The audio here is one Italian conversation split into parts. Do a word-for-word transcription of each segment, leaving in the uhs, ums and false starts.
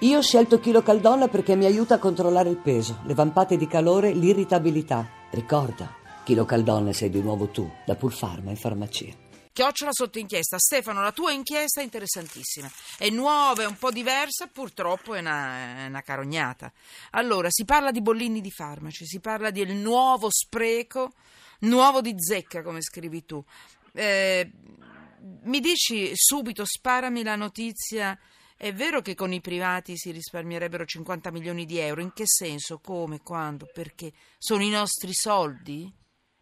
Io ho scelto Kilocaldon perché mi aiuta a controllare il peso, le vampate di calore, l'irritabilità. Ricorda, Kilocaldon sei di nuovo tu, da Pulpharma in farmacia. Chiocciola sotto inchiesta. Stefano, la tua inchiesta è interessantissima. È nuova, è un po' diversa, purtroppo è una, è una carognata. Allora, si parla di bollini di farmaci, si parla del nuovo spreco, nuovo di zecca, come scrivi tu. Eh, mi dici subito, sparami la notizia, è vero che con i privati si risparmierebbero cinquanta milioni di euro? In che senso? Come? Quando? Perché? Sono i nostri soldi?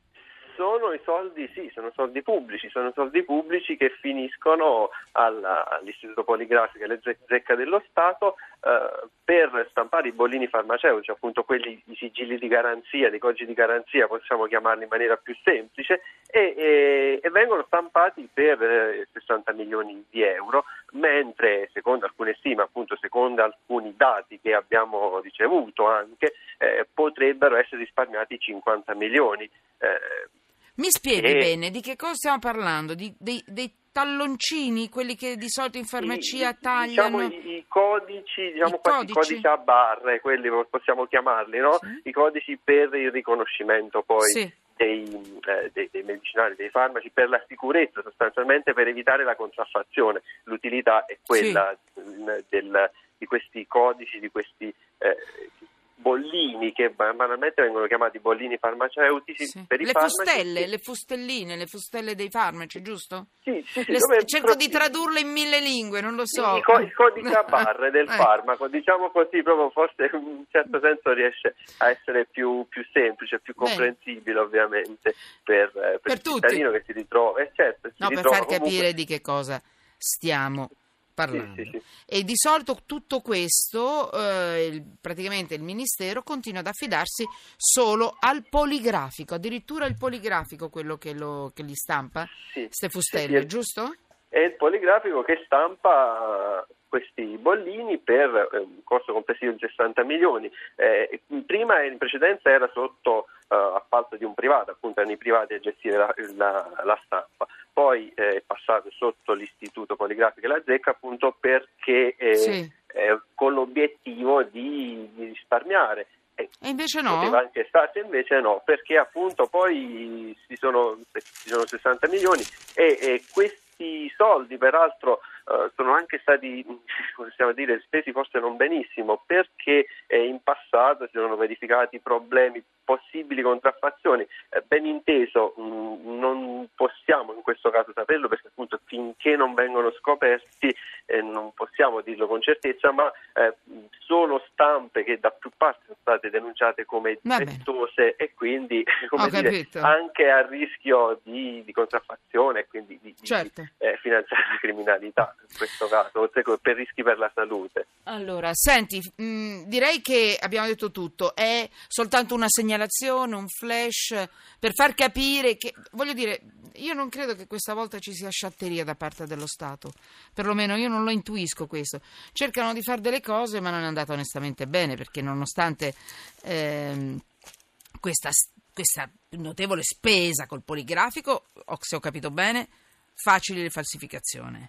Sono i soldi, sì, sono soldi pubblici, sono soldi pubblici che finiscono alla, all'Istituto Poligrafico e alle zecca dello Stato eh, per stampare i bollini farmaceutici, appunto quelli, i sigilli di garanzia, dei codici di garanzia, possiamo chiamarli in maniera più semplice, e, e, e vengono stampati per eh, sessanta milioni di euro, mentre secondo alcune stime, appunto secondo alcuni dati che abbiamo ricevuto anche, eh, potrebbero essere risparmiati cinquanta milioni. Eh, Mi spieghi e... bene di che cosa stiamo parlando? Di, dei, dei talloncini, quelli che di solito in farmacia I, tagliano? Diciamo i, i codici, diciamo I quasi codici? codici a barre, quelli possiamo chiamarli, no? Sì. I codici per il riconoscimento poi Sì. dei, eh, dei, dei medicinali, dei farmaci, per la sicurezza, sostanzialmente per evitare la contraffazione. L'utilità è quella Sì. del, di questi codici, di questi eh, bollini che banalmente vengono chiamati bollini farmaceutici, Sì. per i Le farmaci. fustelle, le fustelline, le fustelle dei farmaci, giusto? Sì, sì, sì, Le- dove cerco pro- di tradurle in mille lingue, non lo so. I, co- i codici a barre del Eh. farmaco, diciamo così, proprio forse in un certo senso riesce a essere più, più semplice, più Bene. comprensibile ovviamente per, eh, per, Per il tutti. cittadino che si ritrova. Eh, certo, si No, per ritrova far comunque... capire di che cosa stiamo parlando. Sì, sì, sì. E di solito tutto questo, eh, il- praticamente il Ministero continua ad affidarsi solo al poligrafico, addirittura il poligrafico quello che, lo, che li stampa, Sì, ste sì, fustelle, sì. giusto? È il poligrafico che stampa questi bollini per eh, un costo complessivo di sessanta milioni. Eh, prima, in precedenza, era sotto eh, appalto di un privato, appunto erano i privati a gestire la, la, la stampa. Poi eh, è passato sotto l'Istituto Poligrafico e la zecca, appunto perché eh, Sì. eh, con l'obiettivo di, di risparmiare. E invece no? Poteva anche starsi, invece no, perché appunto poi ci sono, ci sono sessanta milioni e, e questi soldi peraltro eh, sono anche stati, possiamo dire, spesi forse non benissimo, perché eh, in passato si sono verificati problemi, possibili contraffazioni. Eh, ben inteso, mh, non possiamo in questo caso saperlo, perché appunto finché non vengono scoperti eh, non possiamo dirlo con certezza, ma eh, sono stampe che da più parti sono state denunciate come difettose e quindi come Ho dire, capito. anche a rischio di, di contraffazione e quindi di, di, Certo. di eh, finanziare la criminalità in questo caso, oltre che per rischi per la salute. Allora, senti, mh, direi che abbiamo detto tutto, è soltanto una segnalazione, un flash per far capire che, voglio dire, io non credo che questa volta ci sia sciatteria da parte dello Stato, perlomeno io non lo intuisco questo. Cercano di fare delle cose ma non è andata onestamente bene, perché nonostante ehm, questa, questa notevole spesa col poligrafico, o, se ho capito bene, facile le falsificazione.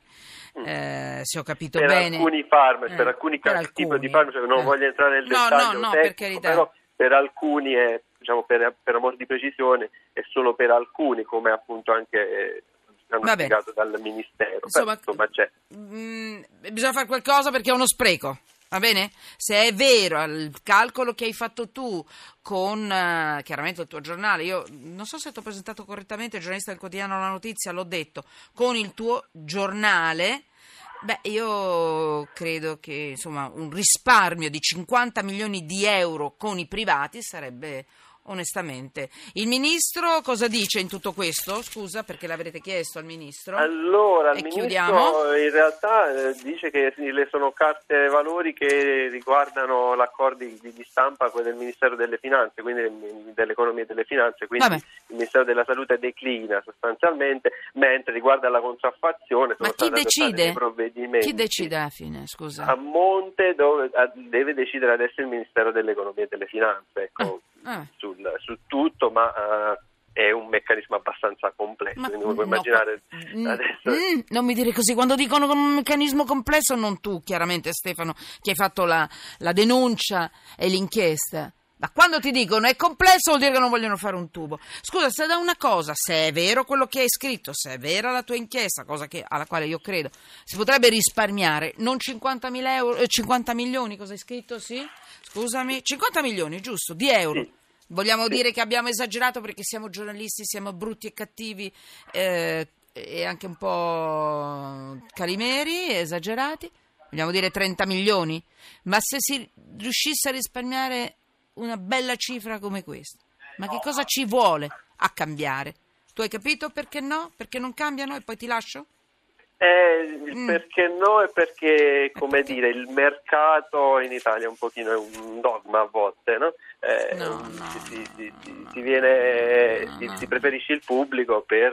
Eh, se ho capito per bene, alcuni farmaci, eh, per alcuni per tipi alcuni, di farmaci, non eh. voglio entrare nel No, dettaglio no, no, tecnico, per carità. però per alcuni è, diciamo, per, per amor di precisione, è solo per alcuni, come appunto anche eh, hanno spiegato dal Ministero. Insomma, Beh, insomma c'è. Mh, bisogna fare qualcosa perché è uno spreco. Va bene? Se è vero il calcolo che hai fatto tu con uh, chiaramente il tuo giornale, io non so se ti ho presentato correttamente, il giornalista del quotidiano La Notizia, l'ho detto, con il tuo giornale, beh, io credo che insomma un risparmio di cinquanta milioni di euro con i privati sarebbe onestamente. Il ministro cosa dice in tutto questo? Scusa, perché l'avrete chiesto al ministro? Allora, il e ministro chiudiamo. in realtà eh, dice che sì, le sono carte valori che riguardano l'accordo di, di stampa con il Ministero delle Finanze, quindi dell'Economia e delle Finanze, quindi Vabbè. il Ministero della Salute declina sostanzialmente, mentre riguarda la contraffazione sono Ma chi stati adottati decide? dei provvedimenti. Chi decide alla fine, scusa? A monte dove, a, deve decidere adesso il Ministero dell'Economia e delle Finanze, ecco, Ah. sul, su tutto, ma uh, è un meccanismo abbastanza complesso, Ma, quindi non puoi no, immaginare mm, adesso... mm, non mi dire così, quando dicono un meccanismo complesso, non tu chiaramente Stefano che hai fatto la, la denuncia e l'inchiesta. Ma quando ti dicono è complesso vuol dire che non vogliono fare un tubo. Scusa, se da una cosa, se è vero quello che hai scritto, se è vera la tua inchiesta, cosa che, alla quale io credo, si potrebbe risparmiare non cinquantamila euro, eh, cinquanta milioni, cosa hai scritto? Sì? Scusami, cinquanta milioni, giusto, di euro. Sì. Vogliamo Sì. dire che abbiamo esagerato perché siamo giornalisti, siamo brutti e cattivi eh, e anche un po' calimeri, esagerati? Vogliamo dire trenta milioni? Ma se si riuscisse a risparmiare una bella cifra come questa, ma che cosa ci vuole a cambiare? Tu hai capito perché no? Perché non cambiano e poi ti lascio? Eh, Mm. Perché no e perché, come perché? dire, il mercato in Italia è un pochino è un dogma a volte, no? Eh, No, no, si, si, si, no, si viene, no, si, no. si preferisce il pubblico per,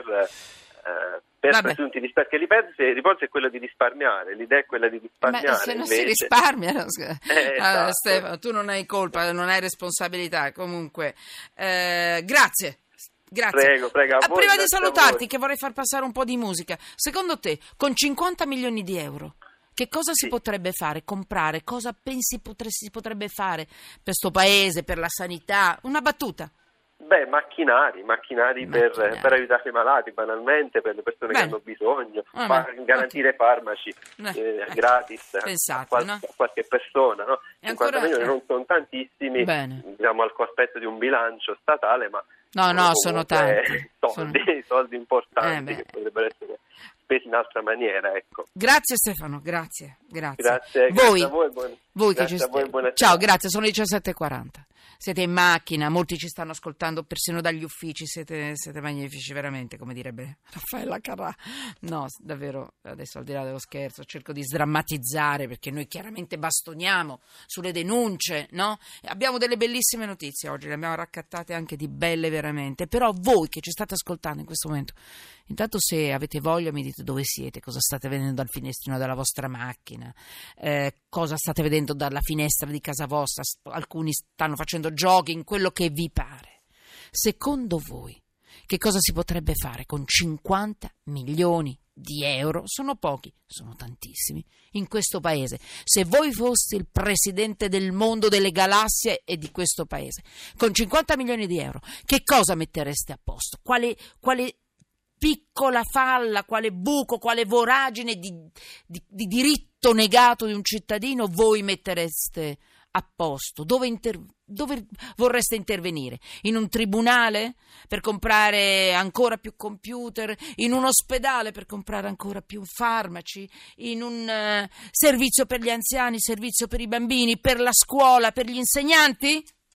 eh, per Vabbè. presunti risparmi, perché l'ipotesi, l'ipotesi è quella di risparmiare, l'idea è quella di risparmiare. Ma se non si invece... risparmia, no? Eh, Allora, esatto. Stefano, tu non hai colpa, non hai responsabilità. Comunque, eh, grazie. Grazie. Prego, prego, a Ah, voi, prima di grazie a salutarti, voi. che vorrei far passare un po' di musica. Secondo te, con cinquanta milioni di euro, che cosa si Sì. potrebbe fare? Comprare? Cosa pensi potre- si potrebbe fare per sto paese, per la sanità? Una battuta. Beh, macchinari, macchinari, per, Macchinari. per aiutare i malati, banalmente, per le persone Bene. che hanno bisogno, Ah, fa- beh, garantire ok. farmaci Eh, eh, ecco. gratis a, Pensate, qual- no? a qualche persona. No? E cinquanta ancora- milioni eh. non sono tantissimi, Bene. diciamo, al cospetto di un bilancio statale, ma No, no, sono comunque tanti. soldi, Sono- soldi importanti Eh, beh. che potrebbero essere spesi in altra maniera, ecco. Grazie Stefano, grazie, grazie. Grazie, voi, grazie a voi, buon- voi che grazie ci a voi, st- buona Ciao, serata. grazie, sono le diciassette e quaranta. Siete in macchina, molti ci stanno ascoltando persino dagli uffici, siete, siete magnifici, veramente, come direbbe Raffaella Carrà. No, davvero, adesso al di là dello scherzo, cerco di sdrammatizzare perché noi chiaramente bastoniamo sulle denunce, no? Abbiamo delle bellissime notizie oggi, le abbiamo raccattate anche di belle veramente, però voi che ci state ascoltando in questo momento, intanto se avete voglia mi dite dove siete, cosa state vedendo dal finestrino della vostra macchina, eh, cosa state vedendo dalla finestra di casa vostra, alcuni stanno facendo jogging, quello che vi pare. Secondo voi che cosa si potrebbe fare con cinquanta milioni di euro? Sono pochi, sono tantissimi in questo paese. Se voi foste il presidente del mondo, delle galassie e di questo paese, con cinquanta milioni di euro, che cosa mettereste a posto? Quale, quale piccola falla, quale buco, quale voragine di, di, di diritto negato di un cittadino voi mettereste a posto? Dove, inter- dove vorreste intervenire? In un tribunale per comprare ancora più computer? In un ospedale per comprare ancora più farmaci? In un uh, servizio per gli anziani, servizio per i bambini, per la scuola, per gli insegnanti?